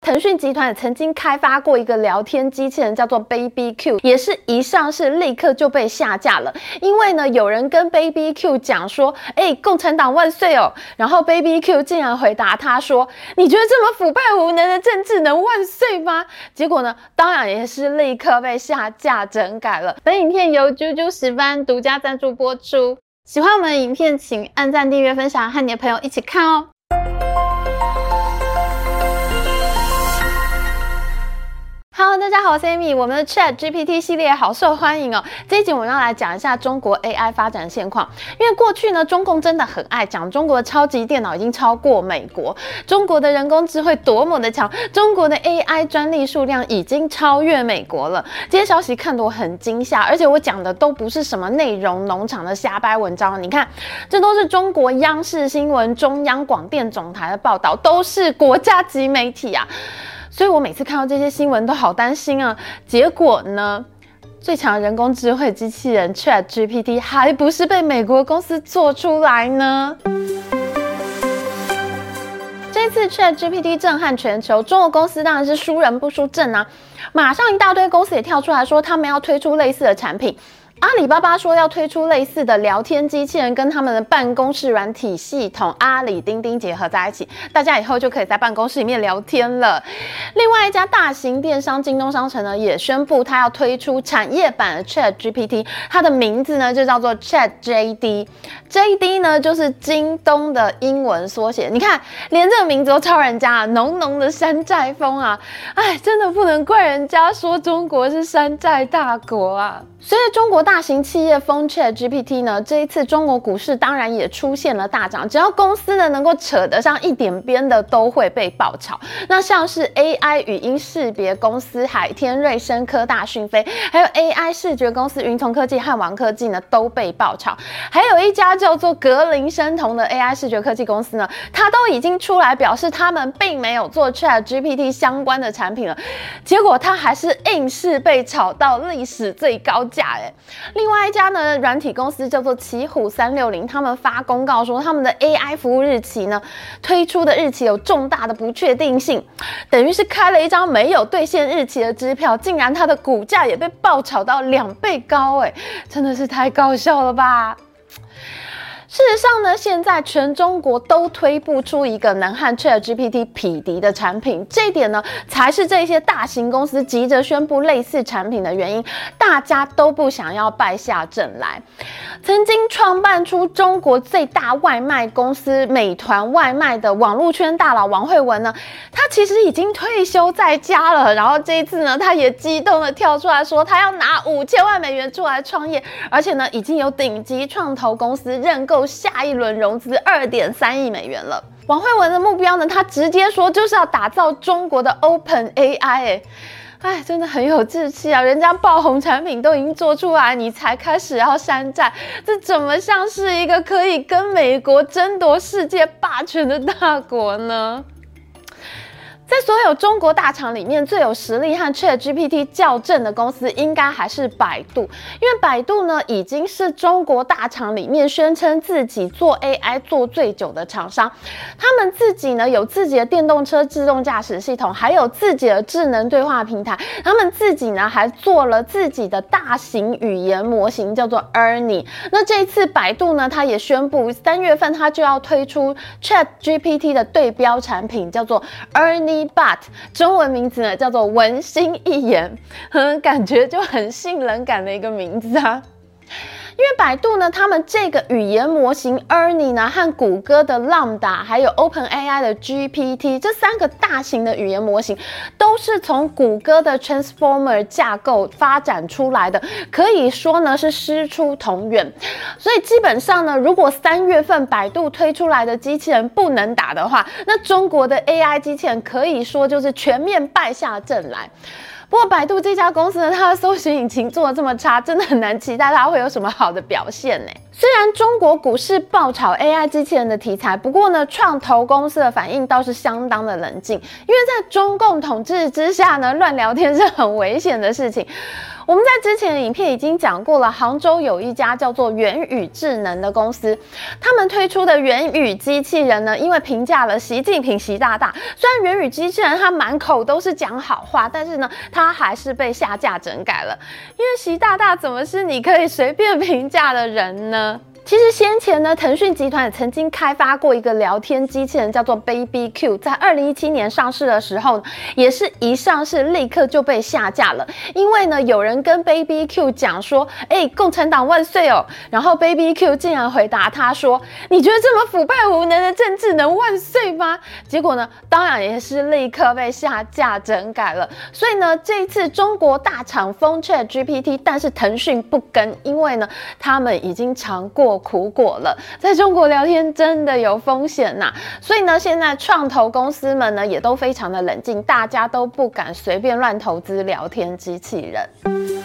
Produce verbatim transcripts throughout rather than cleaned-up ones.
腾讯集团也曾经开发过一个聊天机器人，叫做 Baby Q， 也是一上市立刻就被下架了。因为呢，有人跟 Baby Q 讲说：“哎、欸，共产党万岁哦！”然后 Baby Q 竟然回答他说：“你觉得这么腐败无能的政治能万岁吗？”结果呢，当然也是立刻被下架整改了。本影片由啾啾十班独家赞助播出。喜欢我们的影片，请按赞、订阅、分享，和你的朋友一起看哦。Hello， 大家好，我是 Amy。我们的 Chat G P T 系列好受欢迎哦。这一集我们要来讲一下中国 A I 发展现况。因为过去呢，中共真的很爱讲中国的超级电脑已经超过美国，中国的人工智慧多么的强，中国的 A I 专利数量已经超越美国了。这些消息看得我很惊吓，而且我讲的都不是什么内容农场的瞎掰文章。你看，这都是中国央视新闻、中央广电总台的报道，都是国家级媒体啊。所以我每次看到这些新闻都好担心啊。结果呢，最强人工智慧机器人 Chat G P T 还不是被美国公司做出来呢？这次 Chat G P T 震撼全球，中国公司当然是输人不输阵啊。马上一大堆公司也跳出来说他们要推出类似的产品。阿里巴巴说要推出类似的聊天机器人，跟他们的办公室软体系统阿里钉钉结合在一起，大家以后就可以在办公室里面聊天了。另外一家大型电商京东商城呢，也宣布它要推出产业版的 Chat G P T， 它的名字呢就叫做 Chat J D。J D 呢就是京东的英文缩写，你看连这个名字都抄人家啊，浓浓的山寨风啊！哎，真的不能怪人家说中国是山寨大国啊。随着中国大型企业疯 Chat G P T 呢，这一次中国股市当然也出现了大涨，只要公司呢能够扯得上一点边的都会被爆炒。那像是 A I 语音识别公司海天瑞声科大讯飞，还有 A I 视觉公司云从科技和王科技呢都被爆炒。还有一家叫做格林生酮的 A I 视觉科技公司呢，它都已经出来表示他们并没有做 Chat G P T 相关的产品了，结果它还是硬是被炒到历史最高价。另外一家呢，软体公司叫做奇虎三六零，他们发公告说他们的 A I 服务日期呢，推出的日期有重大的不确定性，等于是开了一张没有兑现日期的支票，竟然它的股价也被爆炒到两倍高，哎，真的是太搞笑了吧！事实上呢，现在全中国都推不出一个能和 Chat G P T 匹敌的产品，这一点呢，才是这些大型公司急着宣布类似产品的原因。大家都不想要败下阵来。曾经创办出中国最大外卖公司美团外卖的网络圈大佬王慧文呢，他其实已经退休在家了。然后这一次呢，他也激动的跳出来说，他要拿五千万美元出来创业，而且呢，已经有顶级创投公司认购下一轮融资 二点三亿美元了。王慧文的目标呢，他直接说就是要打造中国的 Open A I， 哎，哎，真的很有志气啊！人家爆红产品都已经做出来，你才开始要山寨，这怎么像是一个可以跟美国争夺世界霸权的大国呢？在所有中国大厂里面，最有实力和 Chat G P T 较正的公司，应该还是百度。因为百度呢，已经是中国大厂里面宣称自己做 A I 做最久的厂商。他们自己呢，有自己的电动车自动驾驶系统，还有自己的智能对话平台。他们自己呢，还做了自己的大型语言模型，叫做 Ernie。那这一次百度呢，它也宣布三月份它就要推出 Chat G P T 的对标产品，叫做 Ernie Bot， 中文名字呢叫做文心一言，嗯，感觉就很性冷感的一个名字啊。因为百度呢，他们这个语言模型 Ernie 呢，和谷歌的 Lambda 还有 OpenAI 的 G P T 这三个大型的语言模型，都是从谷歌的 Transformer 架构发展出来的，可以说呢是师出同源。所以基本上呢，如果三月份百度推出来的机器人不能打的话，那中国的 A I 机器人可以说就是全面败下阵来。不过百度这家公司呢，它的搜寻引擎做得这么差，真的很难期待它会有什么好的表现呢。虽然中国股市爆炒 A I 机器人的题材，不过呢，创投公司的反应倒是相当的冷静，因为在中共统治之下呢，乱聊天是很危险的事情。 我们在之前的影片已经讲过了，杭州有一家叫做元宇智能的公司，他们推出的元宇机器人呢，因为评价了习近平习大大，虽然元宇机器人他满口都是讲好话，但是呢，他还是被下架整改了，因为习大大怎么是你可以随便评价的人呢？其实先前呢，腾讯集团也曾经开发过一个聊天机器人，叫做 Baby Q， 在二零一七年上市的时候，也是一上市立刻就被下架了，因为呢，有人跟 Baby Q 讲说，哎，共产党万岁哦，然后 Baby Q 竟然回答他说，你觉得这么腐败无能的政治能万岁吗？结果呢，当然也是立刻被下架整改了。所以呢，这一次中国大厂封 ChatGPT， 但是腾讯不跟，因为呢，他们已经尝过苦果了，在中国聊天真的有风险呐、啊，所以呢，现在创投公司们呢也都非常的冷静，大家都不敢随便乱投资聊天机器人。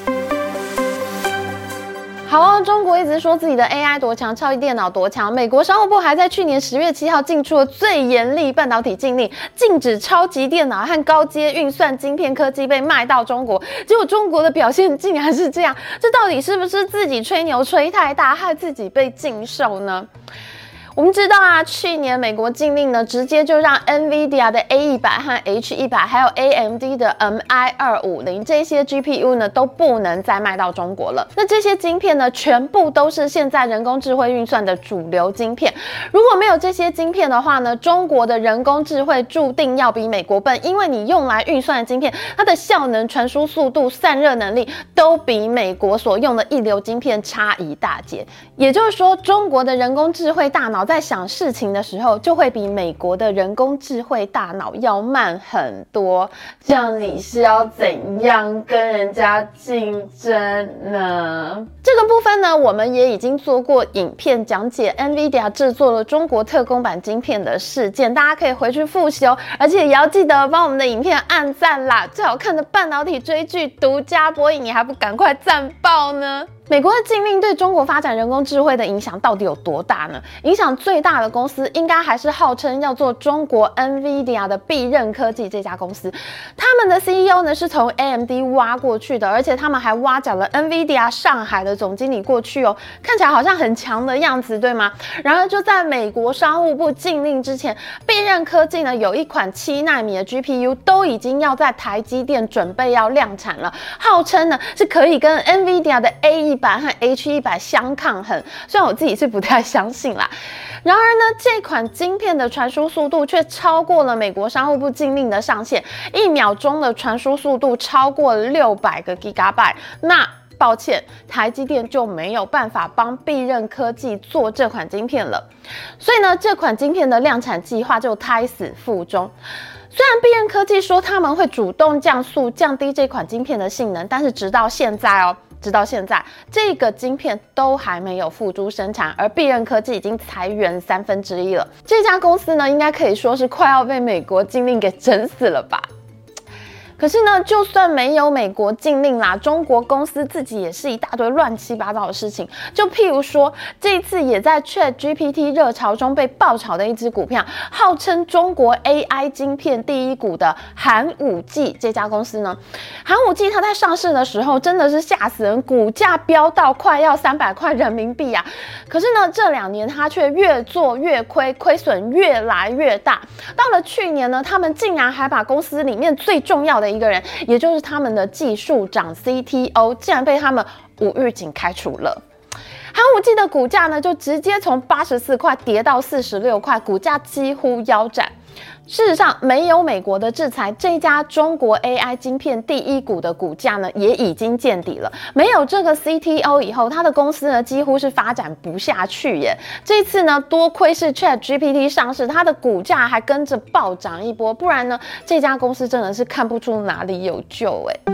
好哦，中国一直说自己的 A I 多强，超级电脑多强。美国商务部还在去年十月七号进出了最严厉半导体禁令，禁止超级电脑和高阶运算晶片科技被卖到中国。结果中国的表现竟然是这样，这到底是不是自己吹牛吹太大，害自己被禁售呢？我们知道啊，去年美国禁令呢，直接就让 NVIDIA 的 A 一百 和 H 一百，还有 A M D 的 M I 二五零 这些 G P U 呢都不能再卖到中国了。那这些晶片呢，全部都是现在人工智慧运算的主流晶片。如果没有这些晶片的话呢，中国的人工智慧注定要比美国笨，因为你用来运算的晶片，它的效能、传输速度、散热能力都比美国所用的一流晶片差一大截。也就是说，中国的人工智慧大脑在想事情的时候，就会比美国的人工智慧大脑要慢很多。这样你是要怎样跟人家竞争呢？这个部分呢，我们也已经做过影片讲解 NVIDIA 制作了中国特供版晶片的事件，大家可以回去复习哦。而且也要记得帮我们的影片按赞啦！最好看的半导体追剧独家播映，你还不赶快赞爆呢？美国的禁令对中国发展人工智慧的影响到底有多大呢？影响最大的公司应该还是号称要做中国 NVIDIA 的必任科技这家公司，他们的 C E O 呢是从 A M D 挖过去的，而且他们还挖角了 NVIDIA 上海的总经理过去哦，看起来好像很强的样子，对吗？然而就在美国商务部禁令之前，必任科技呢有一款七奈米的 G P U 都已经要在台积电准备要量产了，号称呢是可以跟 NVIDIA 的 A 一百和 H 一百相抗衡，虽然我自己是不太相信啦。然而呢，这款晶片的传输速度却超过了美国商务部禁令的上限，一秒钟的传输速度超过六百个 Gigabyte。那抱歉，台积电就没有办法帮必任科技做这款晶片了，所以呢，这款晶片的量产计划就胎死腹中。虽然必任科技说他们会主动降速降低这款晶片的性能，但是直到现在哦。直到现在，这个晶片都还没有付诸生产，而必任科技已经裁员三分之一了。这家公司呢，应该可以说是快要被美国禁令给整死了吧。可是呢，就算没有美国禁令啦，中国公司自己也是一大堆乱七八糟的事情。就譬如说，这一次也在 ChatGPT 热潮中被爆炒的一只股票，号称中国 A I 晶片第一股的寒武纪这家公司呢，寒武纪它在上市的时候真的是吓死人，股价飙到快要三百块人民币啊！可是呢，这两年它却越做越亏，亏损越来越大。到了去年呢，他们竟然还把公司里面最重要的一个人，也就是他们的技术长 C T O， 竟然被他们无预警开除了。寒武纪的股价呢，就直接从八十四块跌到四十六块，股价几乎腰斩。事实上，没有美国的制裁，这家中国 A I 晶片第一股的股价呢，也已经见底了。没有这个 C T O 以后，他的公司呢，几乎是发展不下去耶。这次呢，多亏是 ChatGPT 上市，它的股价还跟着暴涨一波，不然呢，这家公司真的是看不出哪里有救哎。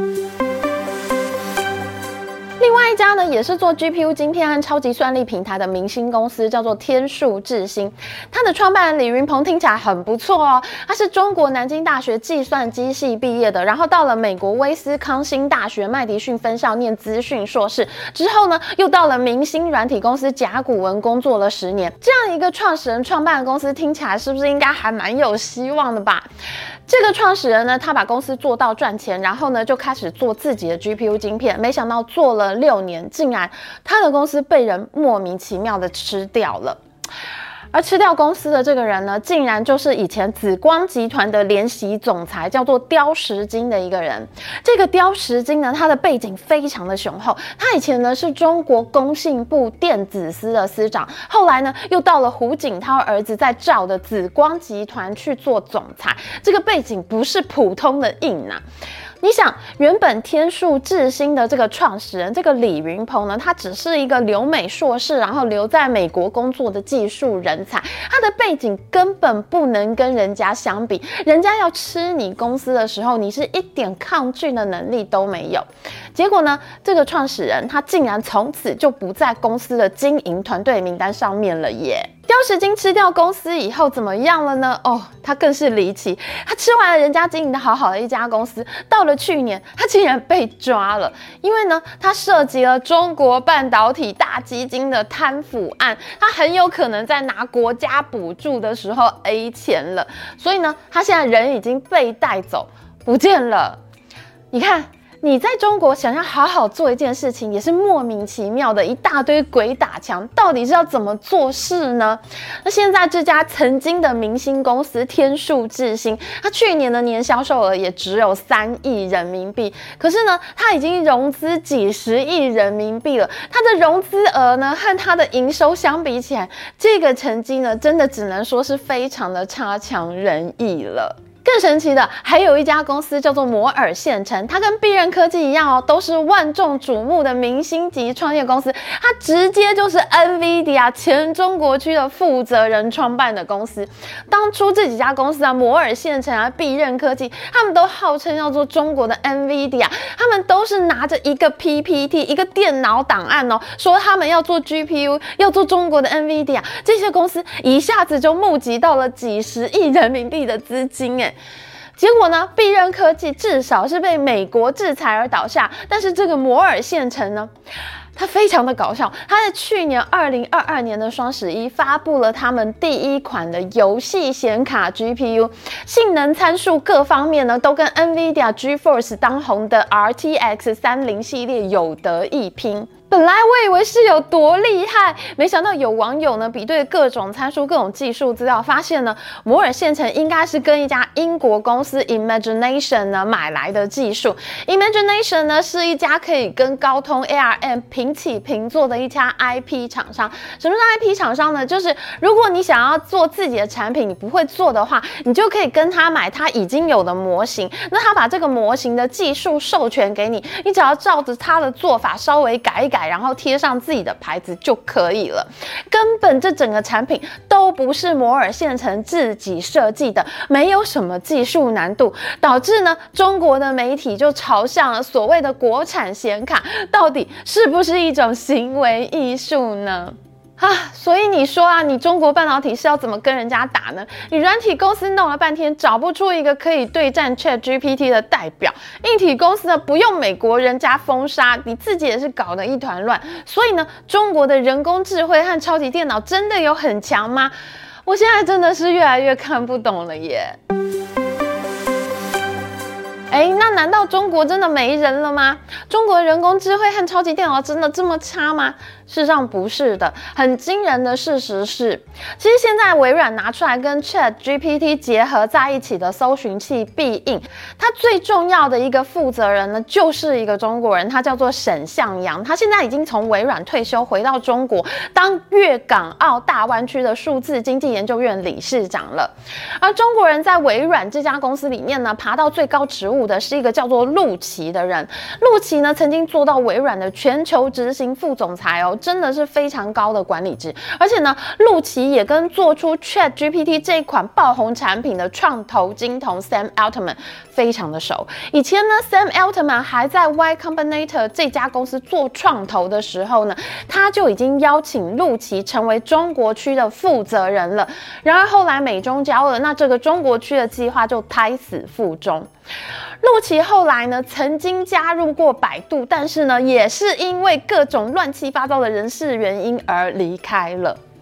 另外一家呢，也是做 G P U 晶片和超级算力平台的明星公司，叫做天数智新。它的创办人李云鹏听起来很不错哦，他是中国南京大学计算机系毕业的，然后到了美国威斯康星大学麦迪逊分校念资讯硕士，之后呢，又到了明星软体公司甲骨文工作了十年。这样一个创始人创办的公司，听起来是不是应该还蛮有希望的吧？ 这个创始人呢，他把公司做到赚钱，然后呢就开始做自己的 G P U 晶片，没想到做了六年，竟然他的公司被人莫名其妙的吃掉了。而吃掉公司的这个人呢，竟然就是以前紫光集团的联席总裁，叫做刁石金的一个人。这个刁石金呢，他的背景非常的雄厚，他以前呢是中国工信部电子司的司长，后来呢又到了胡锦涛儿子在造的紫光集团去做总裁，这个背景不是普通的硬啊。你想，原本天数智新的这个创始人，这个李云鹏呢，他只是一个留美硕士，然后留在美国工作的技术人才，他的背景根本不能跟人家相比。人家要吃你公司的时候，你是一点抗拒的能力都没有。结果呢，这个创始人他竟然从此就不在公司的经营团队名单上面了耶。刁石金吃掉公司以后怎么样了呢？哦，他更是离奇，他吃完了人家经营的好好的一家公司，到了去年他竟然被抓了，因为呢他涉及了中国半导体大基金的贪腐案，他很有可能在拿国家补助的时候 A 钱了，所以呢他现在人已经被带走不见了。你看，你在中国想要好好做一件事情，也是莫名其妙的一大堆鬼打墙，到底是要怎么做事呢？那现在这家曾经的明星公司天数智新，它去年的年销售额也只有三亿人民币，可是呢，它已经融资几十亿人民币了。它的融资额呢，和它的营收相比起来，这个成绩呢，真的只能说是非常的差强人意了。更神奇的，还有一家公司叫做摩尔线程，它跟必任科技一样哦，都是万众瞩目的明星级创业公司。它直接就是 NVIDIA 前中国区的负责人创办的公司。当初这几家公司啊，摩尔线程啊、必任科技，他们都号称要做中国的 NVIDIA， 他们都是拿着一个 P P T， 一个电脑档案哦，说他们要做 G P U， 要做中国的 NVIDIA。这些公司一下子就募集到了几十亿人民币的资金，哎。结果呢，必任科技至少是被美国制裁而倒下，但是这个摩尔线程呢，它非常的搞笑，它在去年二零二二年的双十一发布了他们第一款的游戏显卡 G P U， 性能参数各方面呢都跟 NVIDIA GeForce 当红的 R T X 三十 系列有得一拼。本来我以为是有多厉害，没想到有网友呢比对各种参数、各种技术资料，发现呢摩尔线程应该是跟一家英国公司 Imagination 呢买来的技术。Imagination 呢是一家可以跟高通 A R M 平起平坐的一家 I P 厂商。什么是 I P 厂商呢？就是如果你想要做自己的产品，你不会做的话，你就可以跟他买他已经有的模型，那他把这个模型的技术授权给你，你只要照着他的做法稍微改一改，然后贴上自己的牌子就可以了。根本这整个产品都不是摩尔线程自己设计的，没有什么技术难度，导致呢中国的媒体就朝向了所谓的国产显卡到底是不是一种行为艺术呢？啊，所以你说啊，你中国半导体是要怎么跟人家打呢？你软体公司弄了半天找不出一个可以对战 ChatGPT 的代表，硬体公司呢不用美国人家封杀，你自己也是搞得一团乱。所以呢，中国的人工智慧和超级电脑真的有很强吗？我现在真的是越来越看不懂了耶。哎，那难道中国真的没人了吗？中国的人工智慧和超级电脑真的这么差吗？事实上不是的，很惊人的事实是，其实现在微软拿出来跟 ChatGPT 结合在一起的搜寻器必应，它最重要的一个负责人呢，就是一个中国人，他叫做沈向洋，他现在已经从微软退休，回到中国当粤港澳大湾区的数字经济研究院理事长了。而中国人在微软这家公司里面呢，爬到最高职务的是一个叫做陆琪的人。陆琪呢，曾经做到微软的全球执行副总裁哦，真的是非常高的管理职。而且呢，陆琪也跟做出 ChatGPT 这一款爆红产品的创投金童 Sam Altman 非常的熟。以前呢 ，Sam Altman 还在 Y Combinator 这家公司做创投的时候呢，他就已经邀请陆琪成为中国区的负责人了。然而后来美中交恶，那这个中国区的计划就胎死腹中。陆琪后来呢，曾经加入过百度，但是呢，也是因为各种乱七八糟的人事原因而离开了。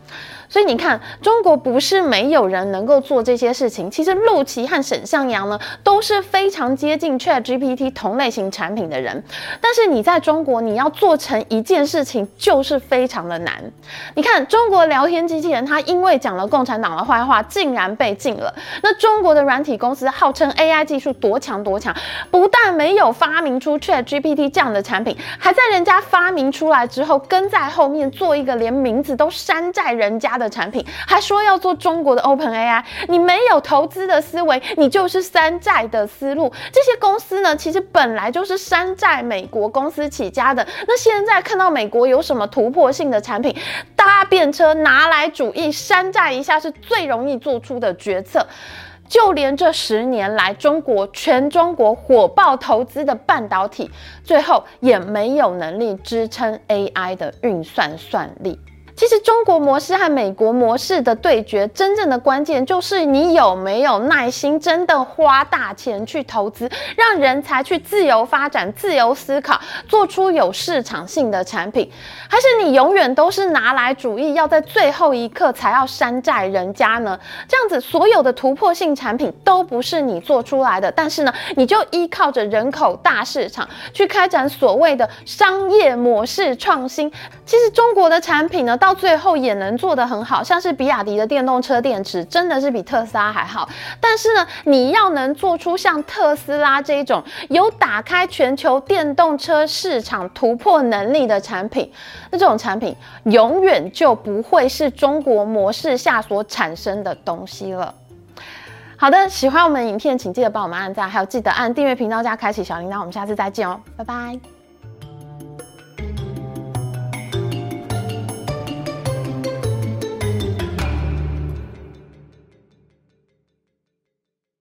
所以你看，中国不是没有人能够做这些事情。其实陆琪和沈向阳呢，都是非常接近 ChatGPT 同类型产品的人。但是你在中国，你要做成一件事情，就是非常的难。你看，中国聊天机器人，它因为讲了共产党的坏话，竟然被禁了。那中国的软体公司号称 A I 技术多强多强，不但没有发明出 ChatGPT 这样的产品，还在人家发明出来之后，跟在后面做一个连名字都山寨人家的产品，还说要做中国的 OpenAI。你没有投资的思维，你就是山寨的思路。这些公司呢，其实本来就是山寨美国公司起家的。那现在看到美国有什么突破性的产品，搭便车拿来主义，山寨一下是最容易做出的决策。就连这十年来，中国全中国火爆投资的半导体，最后也没有能力支撑 A I 的运算算力。其实中国模式和美国模式的对决，真正的关键就是你有没有耐心，真的花大钱去投资，让人才去自由发展、自由思考，做出有市场性的产品，还是你永远都是拿来主义，要在最后一刻才要山寨人家呢？这样子，所有的突破性产品都不是你做出来的，但是呢，你就依靠着人口大市场去开展所谓的商业模式创新。其实中国的产品呢，到到最后也能做得很好，像是比亚迪的电动车电池真的是比特斯拉还好。但是呢，你要能做出像特斯拉这种有打开全球电动车市场突破能力的产品，那这种产品永远就不会是中国模式下所产生的东西了。好的，喜欢我们影片请记得帮我们按赞，还有记得按订阅频道加开启小铃铛，我们下次再见哦，拜拜。